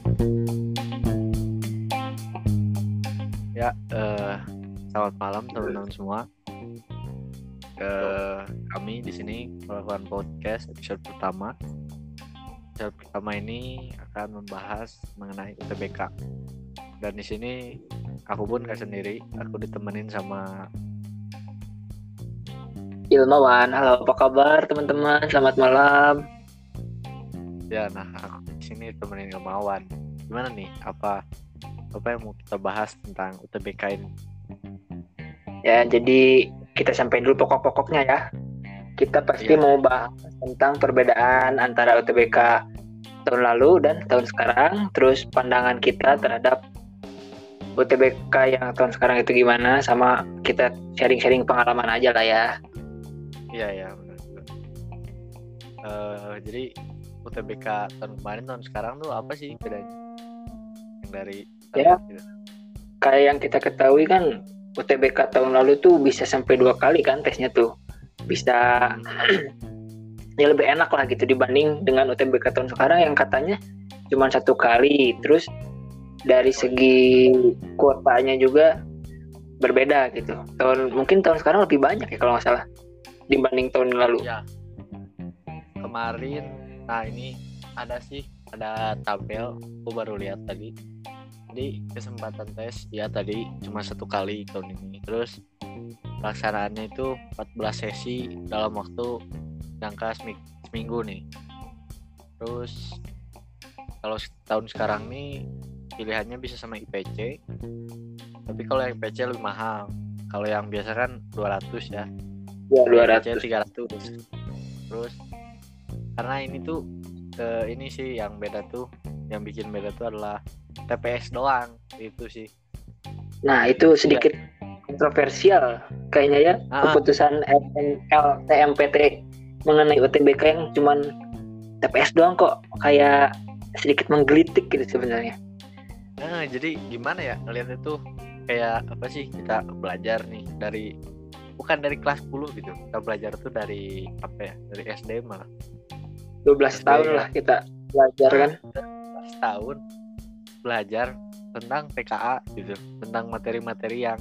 Ya, selamat malam teman-teman semua. Kami di sini melakukan podcast episode pertama. Episode pertama ini akan membahas mengenai UTBK. Dan di sini aku pun gak sendiri, aku ditemenin sama Ilmawan. Halo, apa kabar teman-teman? Selamat malam. aku di sini temenin Ilmawan. Gimana nih? Apa yang mau kita bahas tentang UTBK ini? Ya, jadi kita sampai dulu pokok-pokoknya ya. Kita pasti mau bahas tentang perbedaan antara UTBK tahun lalu dan tahun sekarang. Terus pandangan kita terhadap UTBK yang tahun sekarang itu gimana. Sama kita sharing-sharing pengalaman aja lah ya. Iya, benar. Jadi UTBK tahun kemarin tahun sekarang tuh apa sih bedanya? Yang dari gitu. Kayak yang kita ketahui kan UTBK tahun lalu tuh bisa sampai 2 kali kan tesnya tuh. Bisa ya lebih enak lah gitu dibanding dengan UTBK tahun sekarang yang katanya cuma 1 kali. Terus dari segi kuotanya juga berbeda gitu. Mungkin tahun sekarang lebih banyak ya kalau nggak salah dibanding tahun lalu. Ya. Kemarin, ini ada tabel, aku baru lihat tadi. Jadi kesempatan tes ya tadi cuma 1 kali tahun ini. Terus pelaksanaannya itu 14 sesi dalam waktu jangka seminggu nih. Terus kalau tahun sekarang nih pilihannya bisa sama IPC. Tapi kalau yang IPC lebih mahal. Kalau yang biasa kan 200 ya. Ya, 200. IPC 300. Terus karena ini tuh ini sih yang beda tuh, yang bikin beda tuh adalah TPS doang itu sih. Nah, itu sedikit kontroversial kayaknya ya, keputusan LTMPT mengenai UTBK yang cuman TPS doang kok kayak sedikit menggelitik gitu sebenarnya. Jadi gimana ya ngeliatnya tuh kayak apa sih, kita belajar nih bukan dari kelas 10 gitu. Kita belajar tuh dari dari SD malah. 12 tahun lah kita belajar kan. 12 tahun belajar tentang PKA gitu, tentang materi-materi yang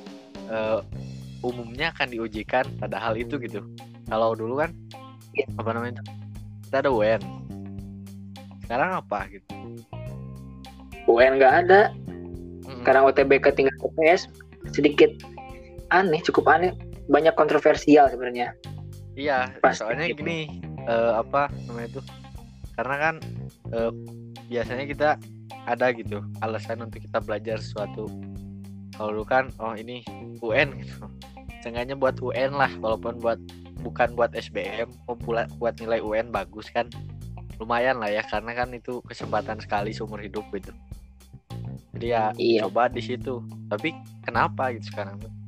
umumnya akan diujikan pada hal itu gitu. Kalau dulu kan kita ada UN. Sekarang apa gitu? UN nggak ada. Sekarang UTBK tinggal TPS. Sedikit aneh, cukup aneh, banyak kontroversial sebenarnya. Iya, soalnya gini, karena kan biasanya kita ada gitu alasan untuk kita belajar sesuatu. Kalau dulu kan ini UN gitu, seenggaknya buat UN lah, walaupun bukan buat SBM, buat nilai UN bagus kan, lumayan lah ya, karena kan itu kesempatan sekali seumur hidup gitu. Jadi coba di situ. Tapi kenapa gitu sekarang tuh?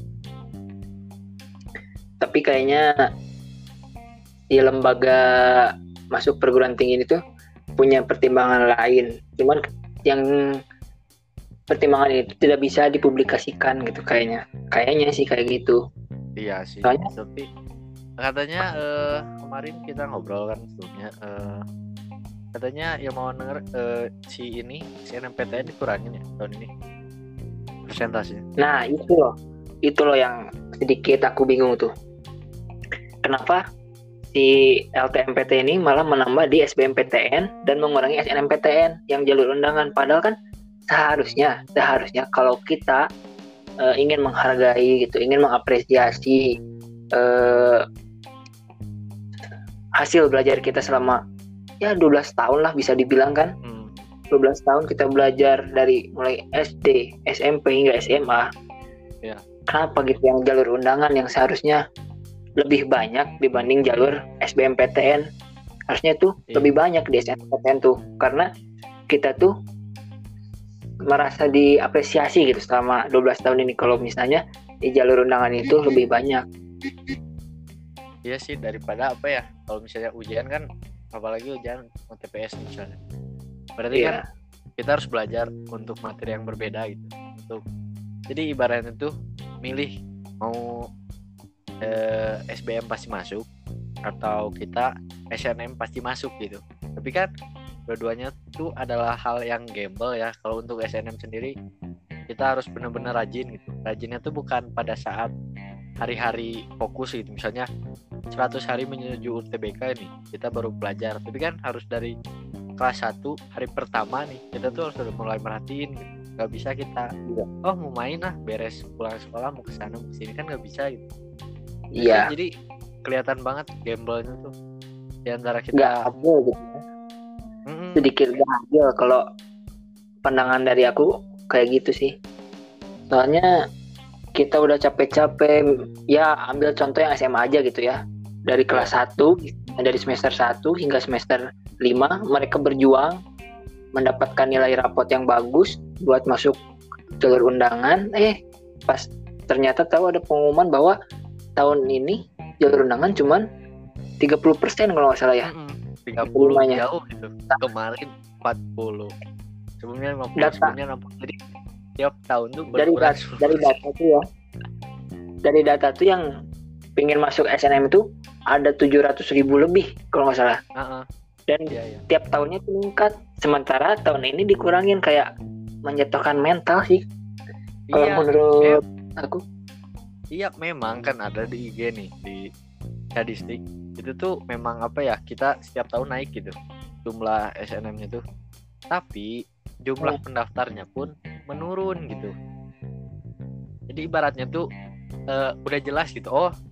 Tapi kayaknya di lembaga masuk perguruan tinggi itu punya pertimbangan lain. Cuman yang pertimbangan itu tidak bisa dipublikasikan gitu kayaknya. Kayaknya sih kayak gitu. Iya sih. Tapi katanya kemarin kita ngobrol kan sebelumnya, katanya yang mau denger si NMPTN dikurangin ya tahun ini persentasenya. Nah itu loh yang sedikit aku bingung tuh. Kenapa si LTMPT ini malah menambah di SBMPTN dan mengurangi SNMPTN yang jalur undangan? Padahal kan seharusnya kalau kita ingin menghargai gitu, ingin mengapresiasi hasil belajar kita selama 12 tahun lah bisa dibilang kan. 12 tahun kita belajar dari mulai SD, SMP hingga SMA. Ya. Kenapa gitu yang jalur undangan yang seharusnya lebih banyak dibanding jalur SBMPTN? Harusnya tuh lebih banyak di SNMPTN tuh, karena kita tuh merasa diapresiasi gitu selama 12 tahun ini. Kalau misalnya di jalur undangan itu lebih banyak. Iya sih, daripada kalau misalnya ujian kan, apalagi ujian TPS misalnya, berarti kan kita harus belajar untuk materi yang berbeda gitu. Jadi ibaratnya tuh milih mau SBM pasti masuk atau kita SNM pasti masuk gitu. Tapi kan dua-duanya tuh adalah hal yang gamble ya. Kalau untuk SNM sendiri kita harus benar-benar rajin gitu. Rajinnya tuh bukan pada saat hari-hari fokus gitu, misalnya 100 hari menuju UTBK ini kita baru belajar, tapi kan harus dari kelas 1 hari pertama nih kita tuh harus udah mulai merhatiin gitu. Gak bisa kita mau main lah, beres pulang sekolah mau kesana mau kesini, kan gak bisa gitu. Iya. Jadi kelihatan banget gamble-nya tuh di antara Nggak kita. adil gitu. Sedikit nggak adil kalau pandangan dari aku kayak gitu sih. Soalnya kita udah capek-capek, ya ambil contoh yang SMA aja gitu ya. Dari kelas 1, dari semester 1 hingga semester 5 mereka berjuang mendapatkan nilai rapot yang bagus buat masuk jalur undangan. Pas ternyata tahu ada pengumuman bahwa tahun ini jalur undangan cuman 30% kalau nggak salah ya. 30 jauh gitu. Kemarin 40. Sebelumnya 50, sebelumnya 60. Jadi tiap tahun tuh berkurang. Dari data tuh ya. Dari data tuh yang pengen masuk SNM itu ada 700.000 lebih kalau nggak salah. Dan tiap tahunnya tuh meningkat. Sementara tahun ini dikurangin, kayak menjatuhkan mental sih. Kalau menurut aku. Iya, memang kan ada di IG nih, di statistik itu tuh memang apa ya, kita setiap tahun naik gitu jumlah SNM-nya tuh, tapi jumlah pendaftarnya pun menurun gitu. Jadi ibaratnya tuh udah jelas gitu,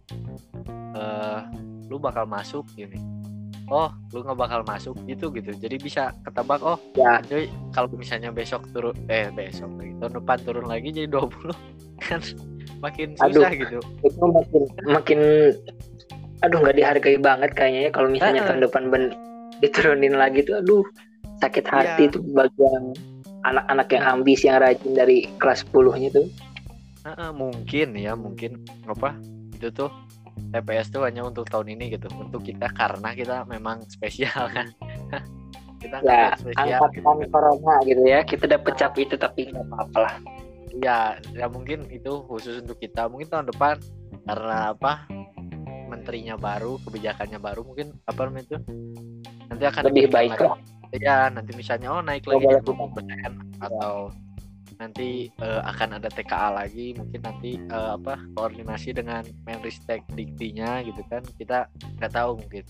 lu bakal masuk gini, lu nggak bakal masuk gitu. Jadi bisa ketebak, jadi kalau misalnya besok besok lagi tahun depan turun lagi jadi 20 kan makin susah gitu. Itu makin nggak dihargai banget kayaknya ya kalau misalnya tahun depan diturunin lagi tuh, sakit hati tuh bagian anak-anak yang ambis yang rajin dari kelas 10-nya tuh. Mungkin apa itu tuh TPS tuh hanya untuk tahun ini gitu, untuk kita karena kita memang spesial kan. Kita nggak spesial angkatan gitu. Corona gitu ya, kita dapat cap itu tapi nggak apa-apa lah. Ya mungkin itu khusus untuk kita. Mungkin tahun depan karena apa, menterinya baru, kebijakannya baru, mungkin apa namanya itu nanti akan lebih baik lah. Ya nanti misalnya naik lagi 50% atau nanti akan ada TKA lagi, mungkin nanti koordinasi dengan Menristek Diktinya gitu kan, kita nggak tahu mungkin.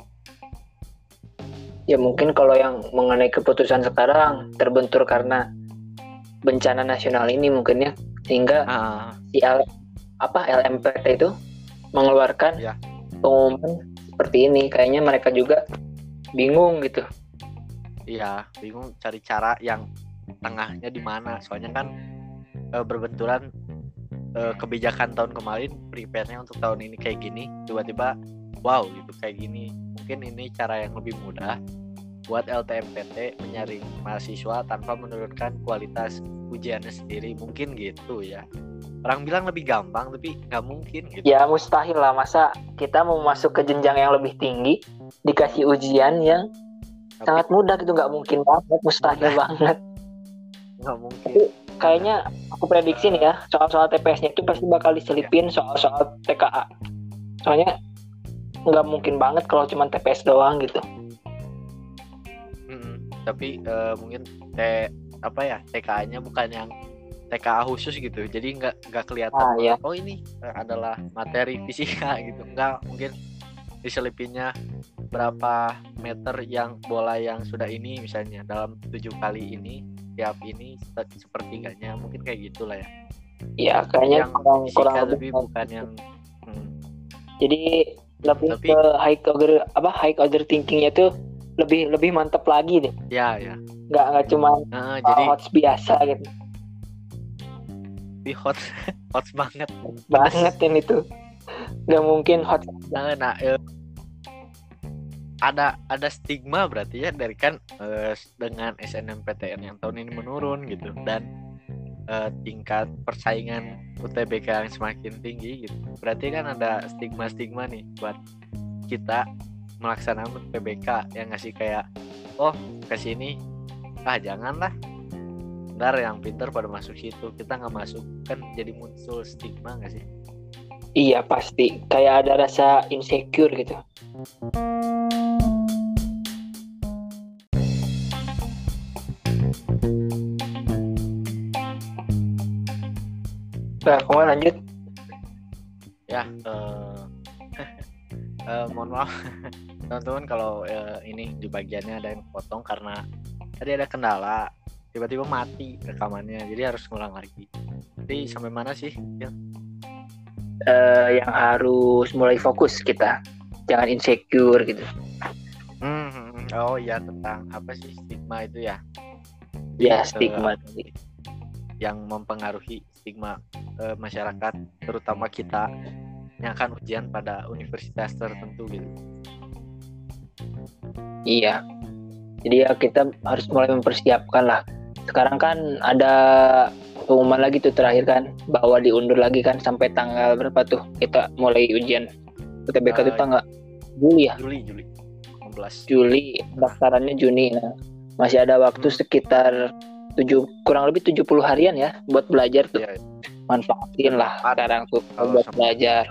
Ya mungkin kalau yang mengenai keputusan sekarang terbentur karena bencana nasional ini mungkin ya, sehingga si LMPT itu mengeluarkan pengumuman seperti ini. Kayaknya mereka juga bingung gitu. Iya, bingung cari cara yang tengahnya di mana. Soalnya kan berbenturan kebijakan tahun kemarin prepare-nya untuk tahun ini kayak gini, tiba-tiba wow gitu kayak gini. Mungkin ini cara yang lebih mudah buat LTMPT menyaring mahasiswa tanpa menurunkan kualitas ujiannya sendiri, mungkin gitu ya. Orang bilang lebih gampang, tapi nggak mungkin gitu. Ya mustahil lah, masa kita mau masuk ke jenjang yang lebih tinggi dikasih ujian yang sangat mudah gitu, nggak mungkin banget, mustahil banget. Nggak mungkin. Tapi kayaknya aku prediksi nih ya, soal-soal TPS-nya itu pasti bakal diselipin soal-soal TKA. Soalnya nggak mungkin banget kalau cuma TPS doang gitu. Tapi mungkin TKA-nya bukan yang TKA khusus gitu, jadi nggak kelihatan ini adalah materi fisika gitu. Nggak, mungkin diselipinnya berapa meter yang bola yang sudah ini misalnya dalam 7 kali ini, tiap ini sepertiganya, mungkin kayak gitulah ya. Iya, kayaknya kurang lebih bukan yang jadi lebih ke high order thinking-nya tuh lebih mantap lagi deh. Ya. Nggak cuma jadi hot biasa gitu. Lebih hot banget. Banget kan itu. Nggak mungkin hot. Ada stigma berarti ya dari kan dengan SNMPTN yang tahun ini menurun gitu, dan tingkat persaingan UTBK yang semakin tinggi gitu. Berarti kan ada stigma nih buat kita melaksanakan UTBK yang ngasih kayak kesini janganlah, ntar yang pintar pada masuk situ, kita nggak masuk, kan jadi muncul stigma nggak sih? Iya pasti, kayak ada rasa insecure gitu. Nah, kamu lanjut. Ya, mohon maaf teman-teman kalau ini di bagiannya ada yang potong karena tadi ada kendala, tiba-tiba mati rekamannya, jadi harus ngulang lagi. Jadi sampai mana sih? Ya. Yang harus mulai fokus kita, jangan insecure gitu. Oh iya, tentang apa sih stigma itu ya? Ya, stigma yang mempengaruhi stigma masyarakat, terutama kita yang akan ujian pada universitas tertentu gitu. Iya. Jadi ya kita harus mulai mempersiapkan lah. Sekarang kan ada pengumuman lagi tuh terakhir kan, bahwa diundur lagi kan sampai tanggal berapa tuh kita mulai ujian UTBK itu tanggal Juli ya? Juli 16. Juli, pendaftarannya Juni. Nah, masih ada waktu sekitar kurang lebih 70 harian ya buat belajar tuh. Iya. Manfaatin lah sekarang tuh buat belajar.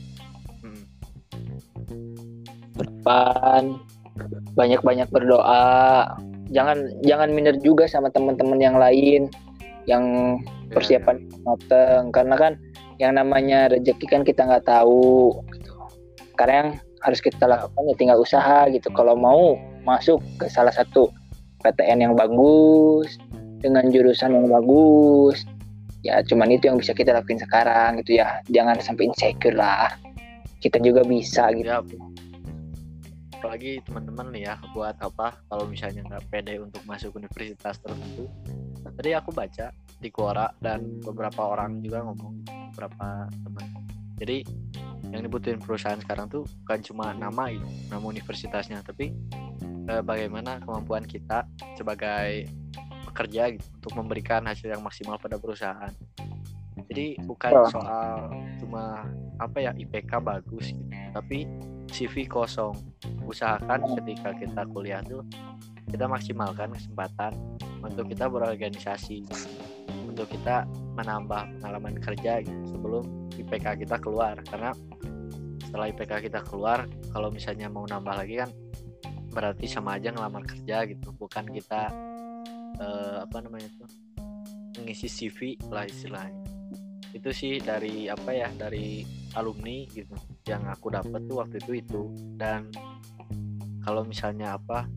Depan banyak-banyak berdoa. Jangan minder juga sama teman-teman yang lain yang persiapan mateng, karena kan yang namanya rezeki kan kita nggak tahu gitu. Karena yang harus kita lakukan ya tinggal usaha gitu. Kalau mau masuk ke salah satu PTN yang bagus dengan jurusan yang bagus, ya cuman itu yang bisa kita lakuin sekarang gitu ya. Jangan sampai insecure lah, kita juga bisa gitu ya. Apalagi teman-teman nih ya, buat apa kalau misalnya nggak pede untuk masuk universitas tertentu. Tadi aku baca di Quora dan beberapa orang juga ngomong, beberapa teman. Jadi yang dibutuhin perusahaan sekarang tuh bukan cuma nama universitasnya, tapi bagaimana kemampuan kita sebagai pekerja gitu, untuk memberikan hasil yang maksimal pada perusahaan. Jadi bukan soal cuma IPK bagus gitu, tapi CV kosong. Usahakan ketika kita kuliah tuh kita maksimalkan kesempatan untuk kita berorganisasi, untuk kita menambah pengalaman kerja gitu, sebelum IPK kita keluar. Karena setelah IPK kita keluar, kalau misalnya mau nambah lagi kan berarti sama aja ngelamar kerja gitu, bukan kita mengisi CV lah istilahnya. Itu sih dari dari alumni gitu yang aku dapat tuh waktu itu. Dan kalau misalnya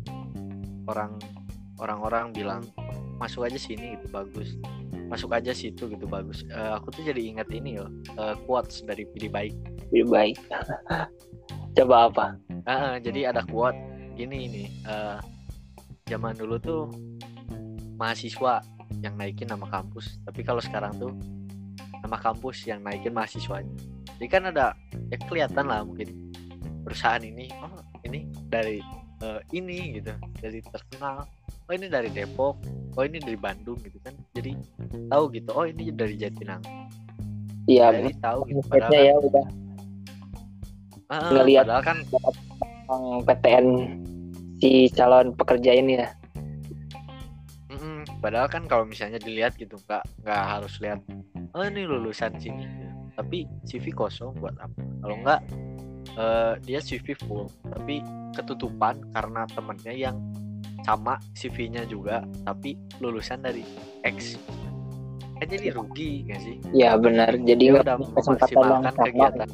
orang-orang bilang masuk aja sini gitu bagus, masuk aja situ gitu bagus, aku tuh jadi ingat ini loh, quotes dari Pilih Baik. Coba apa? Jadi ada quote gini, zaman dulu tuh mahasiswa yang naikin nama kampus, tapi kalau sekarang tuh nama kampus yang naikin mahasiswanya. Jadi kan ada ya kelihatan lah mungkin perusahaan ini, ini dari ini gitu, dari terkenal, ini dari Depok, ini dari Bandung gitu kan, jadi tahu gitu, ini dari Jatinangor. Iya, jadi tahu gitu. Padahal kan, ya udah ngelihat padahal kan PTN si calon pekerja ini ya. Padahal kan kalau misalnya dilihat gitu nggak harus lihat ini lulusan sini gitu. Tapi CV kosong buat apa? Kalau nggak dia CV full tapi ketutupan karena temennya yang sama CV-nya juga tapi lulusan dari X, kan jadi rugi nggak sih? Ya benar, jadi udah memaksimalkan kegiatan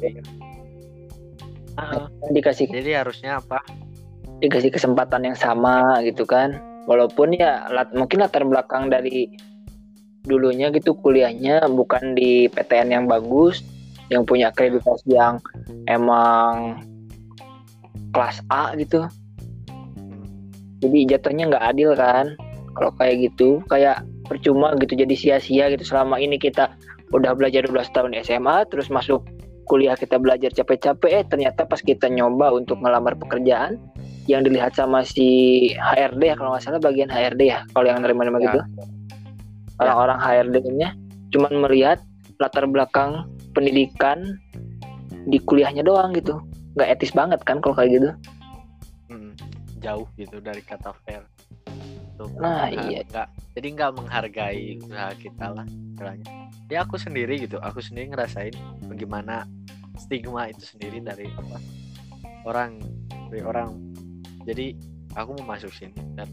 dikasih, jadi harusnya dikasih kesempatan yang sama gitu kan, walaupun ya mungkin latar belakang dari dulunya gitu kuliahnya bukan di PTN yang bagus, yang punya akreditasi yang emang kelas A gitu. Jadi jatuhnya nggak adil kan kalau kayak gitu, kayak percuma gitu, jadi sia-sia gitu. Selama ini kita udah belajar 12 tahun di SMA, terus masuk kuliah kita belajar capek-capek, ternyata pas kita nyoba untuk ngelamar pekerjaan, yang dilihat sama si HRD ya, kalau nggak salah bagian HRD ya, kalau yang nerima-nerima gitu, orang-orang HRD-nya cuman melihat latar belakang pendidikan di kuliahnya doang gitu. Nggak etis banget kan kalau kayak gitu. Jauh gitu dari kata fair tuh. Iya, jadi nggak menghargai usaha kita lah istilahnya. Ya aku sendiri ngerasain bagaimana stigma itu sendiri dari orang. Jadi aku mau masuk sini dan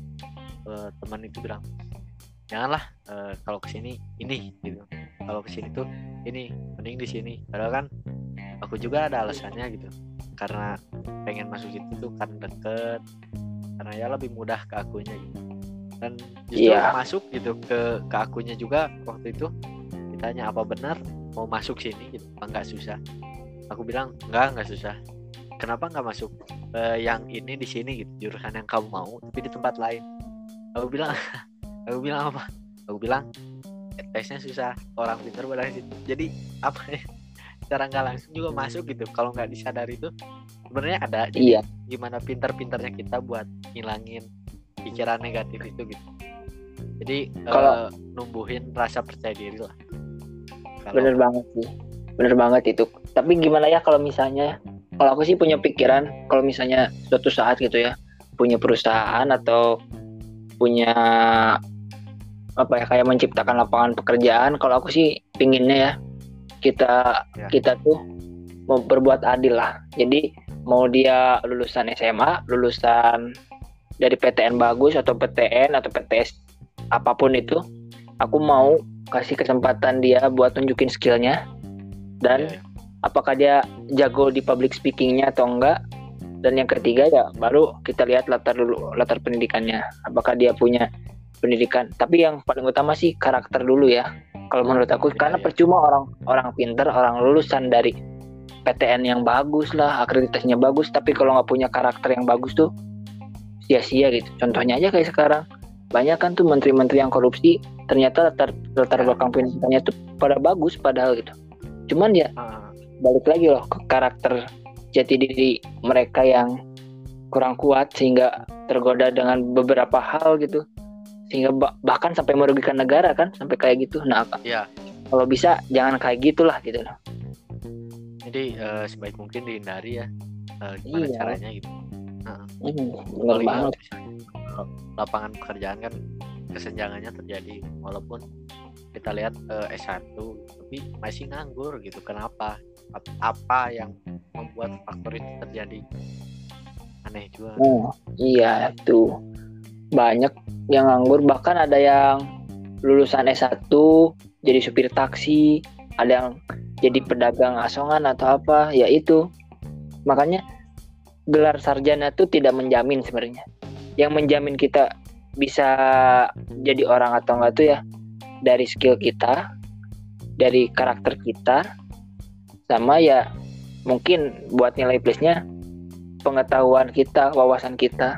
teman itu bilang janganlah kalau kesini ini gitu, kalau kesini tuh ini mending di sini. Padahal kan aku juga ada alasannya gitu, karena pengen masuk situ tuh kan deket, karena ya lebih mudah ke akunya gitu. Dan justru masuk gitu ke akunya juga waktu itu ditanya apa benar mau masuk sini gitu, enggak susah. Aku bilang enggak susah. Kenapa enggak masuk yang ini di sini gitu, jurusan yang kamu mau tapi di tempat lain. Aku bilang apa? Aku bilang tesnya susah, orang pintar pada situ. Jadi apa ya? Secara nggak langsung juga masuk gitu. Kalau nggak disadari itu sebenarnya ada. Jadi gimana pintar-pintarnya kita buat ngilangin pikiran negatif itu gitu. Jadi kalau numbuhin rasa percaya diri lah. Bener banget sih, bener banget itu. Tapi gimana ya kalau misalnya, kalau aku sih punya pikiran, kalau misalnya suatu saat gitu ya, punya perusahaan atau punya apa ya, kayak menciptakan lapangan pekerjaan, kalau aku sih pinginnya ya kita tuh mau berbuat adil lah. Jadi mau dia lulusan SMA, lulusan dari PTN bagus atau PTN atau PTS apapun itu, aku mau kasih kesempatan dia buat nunjukin skillnya dan apakah dia jago di public speakingnya atau enggak. Dan yang ketiga ya baru kita lihat latar pendidikannya, apakah dia punya pendidikan. Tapi yang paling utama sih karakter dulu ya kalau menurut aku, karena percuma orang pintar, orang lulusan dari PTN yang bagus lah, akreditasinya bagus, tapi kalau nggak punya karakter yang bagus tuh sia-sia gitu. Contohnya aja kayak sekarang banyak kan tuh menteri-menteri yang korupsi, ternyata latar belakang pendidikannya tuh pada bagus padahal gitu. Cuman ya balik lagi loh ke karakter jati diri mereka yang kurang kuat sehingga tergoda dengan beberapa hal gitu, sehingga bahkan sampai merugikan negara kan, sampai kayak gitu. Nah kalau bisa jangan kayak gitulah gitu. Jadi sebaik mungkin dihindari ya, gimana caranya gitu. Benar banget. Lapangan pekerjaan kan kesenjangannya terjadi, walaupun kita lihat S1 tapi masih nganggur gitu. Kenapa? Apa yang membuat faktor itu terjadi? Aneh juga. Iya tuh, banyak yang nganggur, bahkan ada yang lulusan S1 jadi supir taksi, ada yang jadi pedagang asongan atau apa, ya itu. Makanya gelar sarjana itu tidak menjamin sebenarnya. Yang menjamin kita bisa jadi orang atau enggak tuh ya dari skill kita, dari karakter kita, sama ya mungkin buat nilai plusnya pengetahuan kita, wawasan kita.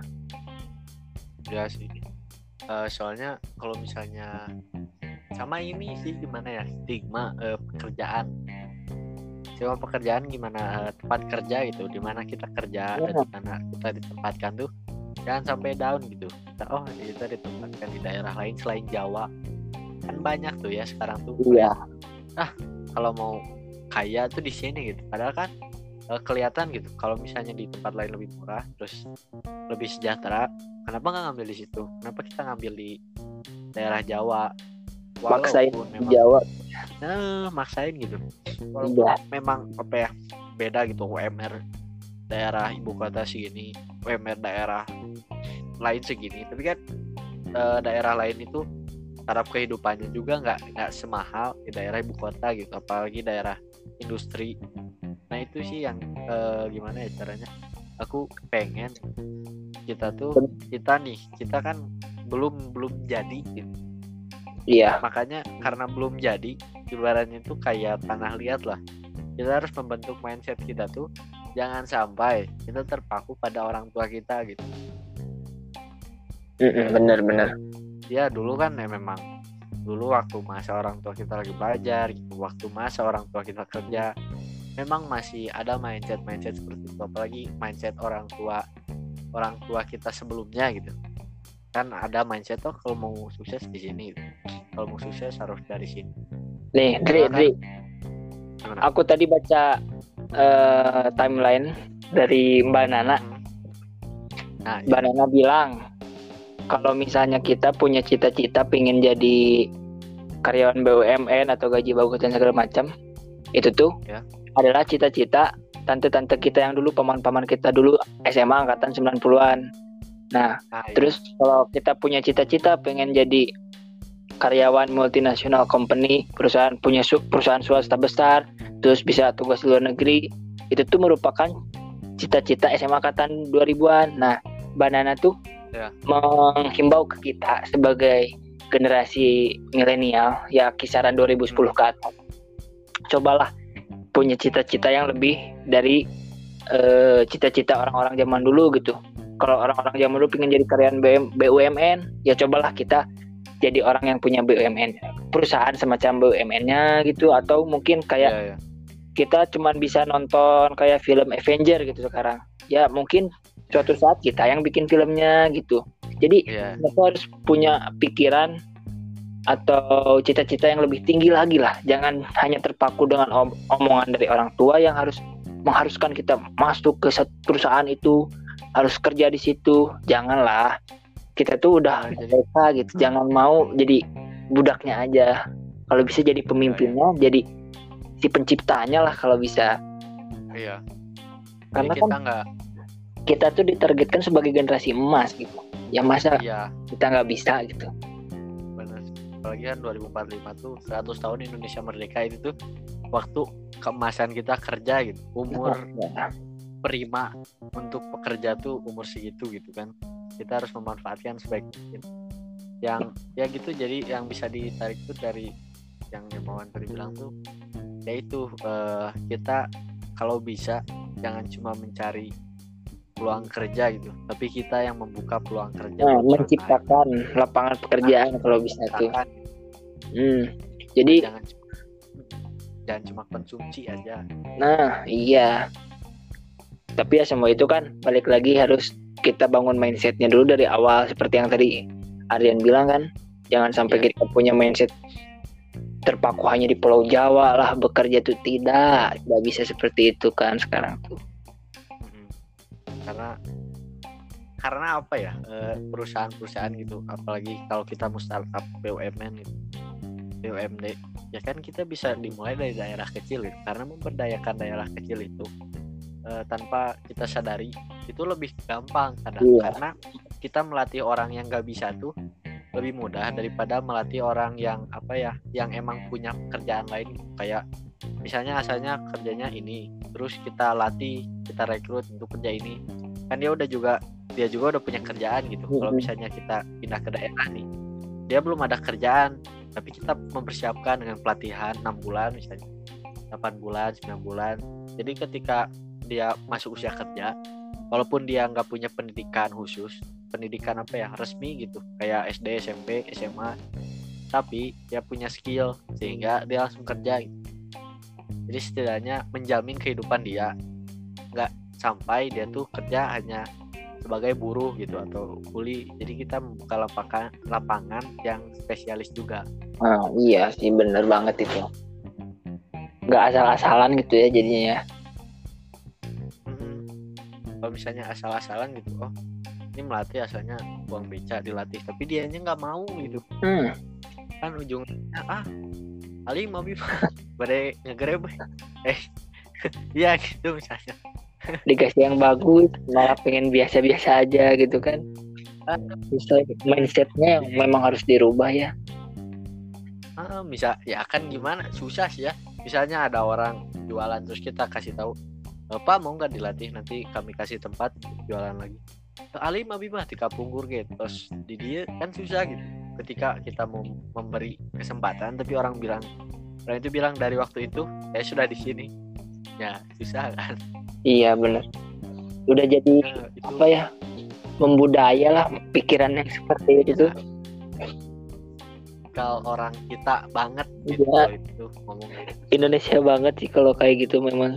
Ya sih. Soalnya kalau misalnya sama ini sih gimana ya, stigma pekerjaan. Stigma pekerjaan gimana, tempat kerja gitu, di mana kita kerja dan di mana kita ditempatkan tuh jangan sampai down gitu. Kita ditempatkan di daerah lain selain Jawa. Kan banyak tuh ya sekarang tuh. Iya. Kalau mau kaya tuh di sini gitu. Padahal kan kelihatan gitu. Kalau misalnya di tempat lain lebih murah, terus lebih sejahtera, kenapa nggak ngambil di situ? Kenapa kita ngambil di daerah Jawa? Maksain di Jawa. Maksain gitu. Walaupun memang apa ya, beda gitu. UMR daerah ibu kota segini, UMR daerah lain segini. Tapi kan daerah lain itu taraf kehidupannya juga nggak semahal di daerah ibu kota gitu, apalagi daerah industri. Nah itu sih yang gimana ya caranya, aku pengen kita kan belum jadi gitu. Iya. Makanya karena belum jadi, ibaratnya itu kayak tanah liat lah. Kita harus membentuk mindset kita tuh jangan sampai kita terpaku pada orang tua kita gitu. Bener. Ya dulu kan ya memang dulu waktu masa orang tua kita lagi belajar gitu, waktu masa orang tua kita kerja, memang masih ada mindset seperti itu, apalagi mindset orang tua kita sebelumnya gitu. Kan ada mindset kalau mau sukses di sini gitu. Kalau mau sukses harus dari sini. Nih, Dri. Aku tadi baca timeline dari Mbak Nana. Mbak Nana bilang kalau misalnya kita punya cita-cita pengen jadi karyawan BUMN atau gaji bagus dan segala macam, itu tuh adalah cita-cita tante-tante kita yang dulu, paman-paman kita dulu SMA angkatan 90-an. Nah, terus kalau kita punya cita-cita pengen jadi karyawan multinasional company, perusahaan perusahaan swasta besar, terus bisa tugas di luar negeri, itu tuh merupakan cita-cita SMA angkatan 2000-an. Nah, Banana tuh menghimbau ke kita sebagai generasi milenial ya kisaran 2010 ke atas. Cobalah punya cita-cita yang lebih dari cita-cita orang-orang zaman dulu gitu. Kalau orang-orang zaman dulu pengen jadi karyawan BUMN, ya cobalah kita jadi orang yang punya BUMN, perusahaan semacam BUMN-nya gitu, atau mungkin kayak kita cuman bisa nonton kayak film Avenger gitu sekarang. Ya mungkin suatu saat kita yang bikin filmnya gitu. Jadi kita harus punya pikiran atau cita-cita yang lebih tinggi lagi lah. Jangan hanya terpaku dengan omongan dari orang tua yang harus mengharuskan kita masuk ke perusahaan itu, harus kerja di situ. Janganlah. Kita tuh udah dewasa gitu. Jangan mau jadi budaknya aja. Kalau bisa jadi pemimpinnya, jadi si penciptanya lah kalau bisa. Iya. Karena kan kita tuh ditargetkan sebagai generasi emas gitu. Ya masa kita nggak bisa gitu. Benar. Apalagi kan 2045 tuh 100 tahun Indonesia merdeka, itu tuh waktu keemasan kita kerja gitu. Umur prima untuk pekerja tuh umur segitu gitu kan. Kita harus memanfaatkan sebaik mungkin. Yang ya gitu, jadi yang bisa ditarik tuh dari yang Mawan tadi bilang tuh, yaitu kita kalau bisa jangan cuma mencari peluang kerja gitu, tapi kita yang membuka peluang kerja, menciptakan lapangan pekerjaan kalau bisa tuh. Jadi jangan cuma konsumsi aja. Nah iya, tapi ya semua itu kan balik lagi harus kita bangun mindsetnya dulu dari awal, seperti yang tadi Aryan bilang kan. Jangan sampai kita punya mindset terpaku hanya di Pulau Jawa lah bekerja tuh, tidak bisa seperti itu kan sekarang tuh. Karena apa ya, perusahaan-perusahaan gitu, apalagi kalau kita mau startup BUMN gitu, BUMD ya kan, kita bisa dimulai dari daerah kecil gitu. Karena memberdayakan daerah kecil itu tanpa kita sadari itu lebih gampang karena kita melatih orang yang nggak bisa tuh lebih mudah daripada melatih orang yang yang emang punya pekerjaan lain. Kayak misalnya asalnya kerjanya ini, terus kita latih, kita rekrut untuk kerja ini, kan dia juga udah punya kerjaan gitu. Kalau misalnya kita pindah ke daerah nih, dia belum ada kerjaan, tapi kita mempersiapkan dengan pelatihan 6 bulan misalnya, 8 bulan, 9 bulan. Jadi ketika dia masuk usia kerja, walaupun dia nggak punya pendidikan khusus, pendidikan resmi gitu, kayak SD, SMP, SMA, tapi dia punya skill sehingga dia langsung kerja gitu. Jadi setidaknya menjamin kehidupan dia, nggak sampai dia tuh kerja hanya sebagai buruh gitu atau kuli. Jadi kita membuka lapangan yang spesialis juga. Iya sih, bener banget itu. Nggak asal-asalan gitu ya jadinya ya. Kalau misalnya asal-asalan gitu, ini melatih asalnya buang beca dilatih, tapi dianya nggak mau gitu. Kan ujungnya Ali mau badai ngegrab ya gitu misalnya. Dikasih yang bagus malah pengen biasa-biasa aja gitu kan. Mindsetnya memang harus dirubah ya. Bisa ya kan, gimana, susah sih ya. Misalnya ada orang jualan terus kita kasih tahu, Pak mau nggak dilatih, nanti kami kasih tempat jualan lagi. Ali mah di kapunggur gitu, terus di dia kan susah gitu. Ketika kita mau memberi kesempatan, tapi orang itu bilang dari waktu itu saya sudah di sini, ya susah kan. Iya benar. Udah jadi membudaya lah pikiran yang seperti itu. Kalau orang kita banget gitu itu ngomongnya. Indonesia banget sih kalau kayak gitu memang.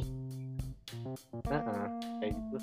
Kayak gitu.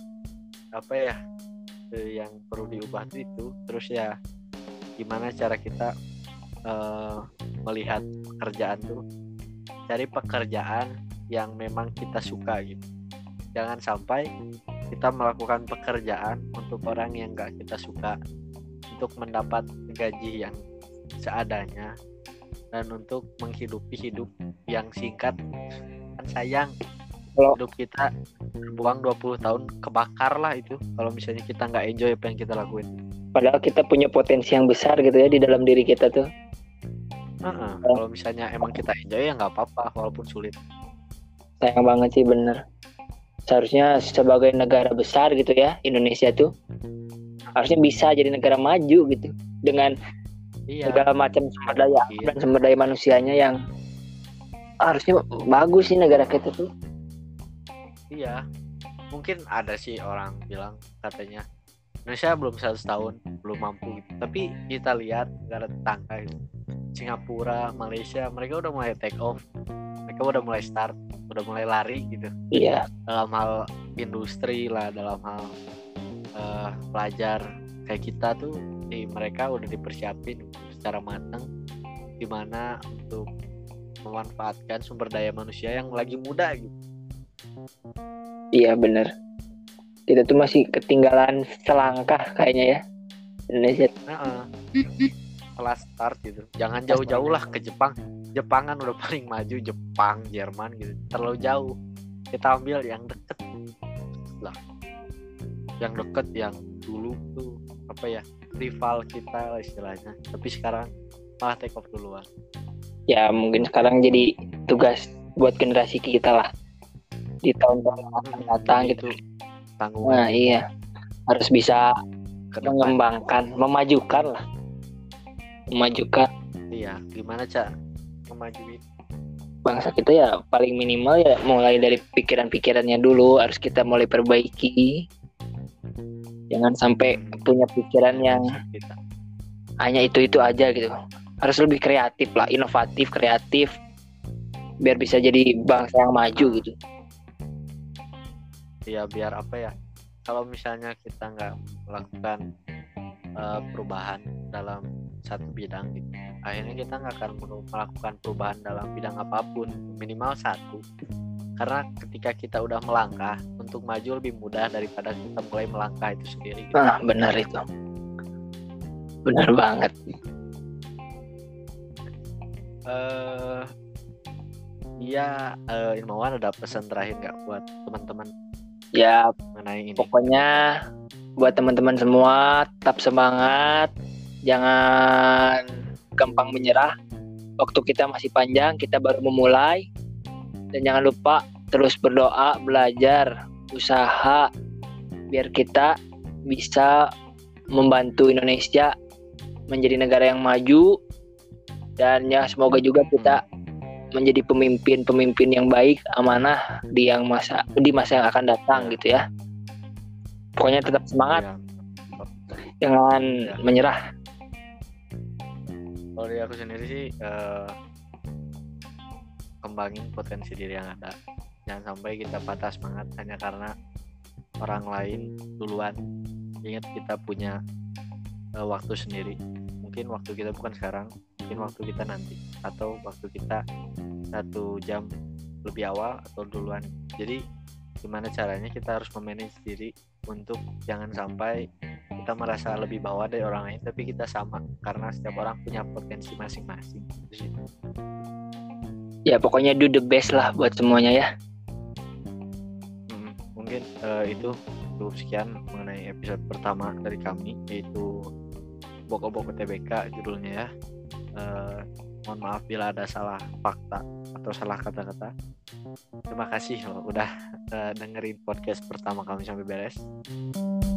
Yang perlu diubah itu. Terus ya gimana cara kita melihat pekerjaan tuh, cari pekerjaan yang memang kita suka gitu. Jangan sampai kita melakukan pekerjaan untuk orang yang gak kita suka, untuk mendapat gaji yang seadanya, dan untuk menghidupi hidup yang singkat. Kan sayang hidup kita buang 20 tahun kebakar lah itu kalau misalnya kita nggak enjoy apa yang kita lakuin. Padahal kita punya potensi yang besar gitu ya di dalam diri kita tuh. Kalau misalnya emang kita enjoy ya nggak apa-apa walaupun sulit. Sayang banget sih, bener. Seharusnya sebagai negara besar gitu ya, Indonesia tuh harusnya bisa jadi negara maju gitu dengan Iya. segala macam sumber daya Iya. dan sumber daya manusianya yang harusnya bagus sih negara kita tuh. Iya. Mungkin ada sih orang bilang katanya Indonesia belum 100 tahun belum mampu gitu. Tapi kita lihat negara tetangga gitu. Singapura, Malaysia, mereka udah mulai take off, mereka udah mulai start, udah mulai lari gitu. Iya. Dalam hal industri lah, dalam hal pelajar kayak kita tuh, mereka udah dipersiapin secara matang gimana untuk memanfaatkan sumber daya manusia yang lagi muda gitu. Iya bener. Kita tuh masih ketinggalan selangkah kayaknya ya Indonesia. Kelas start gitu. Jangan jauh-jauh lah ke Jepang. Jepang kan udah paling maju, Jepang, Jerman gitu. Terlalu jauh. Kita ambil yang deket lah. Yang deket yang dulu tuh apa ya? Rival kita lah istilahnya. Tapi sekarang malah take off duluan. Ya mungkin sekarang jadi tugas buat generasi kita lah di tahun-tahun yang akan datang gitu. Tanggungan. Nah iya, harus bisa mengembangkan, memajukan. Iya, gimana Cak memajuin bangsa kita ya? Paling minimal ya mulai dari pikiran-pikirannya dulu harus kita mulai perbaiki. Jangan sampai punya pikiran yang hanya itu aja gitu. Harus lebih kreatif lah, inovatif, kreatif, biar bisa jadi bangsa yang maju gitu. Ya biar apa ya, kalau misalnya kita nggak melakukan perubahan dalam satu bidang gitu, akhirnya kita nggak akan melakukan perubahan dalam bidang apapun, minimal satu. Karena ketika kita udah melangkah, untuk maju lebih mudah daripada kita mulai melangkah itu sendiri gitu. Benar itu, benar banget. Iya, Ilmawan ada pesan terakhir nggak buat teman-teman? Ya, mengenai ini. Pokoknya buat teman-teman semua tetap semangat, jangan gampang menyerah. Waktu kita masih panjang, kita baru memulai. Dan jangan lupa terus berdoa, belajar, usaha, biar kita bisa membantu Indonesia menjadi negara yang maju. Dan ya semoga juga kita menjadi pemimpin yang baik, amanah di masa yang akan datang gitu ya. Pokoknya tetap semangat, jangan menyerah. Kalau dari aku sendiri sih kembangin potensi diri yang ada. Jangan sampai kita patah semangat hanya karena orang lain duluan. Ingat kita punya waktu sendiri. Mungkin waktu kita bukan sekarang, mungkin waktu kita nanti, atau waktu kita 1 jam lebih awal atau duluan. Jadi gimana caranya kita harus memanage diri untuk jangan sampai kita merasa lebih bawah dari orang lain, tapi kita sama, karena setiap orang punya potensi masing-masing. Ya pokoknya do the best lah buat semuanya ya. Mungkin itu cukup sekian mengenai episode pertama dari kami, yaitu Bok-Bok UTBK judulnya ya. Mohon maaf bila ada salah fakta atau salah kata-kata. Terima kasih loh udah dengerin podcast pertama kami sampai beres.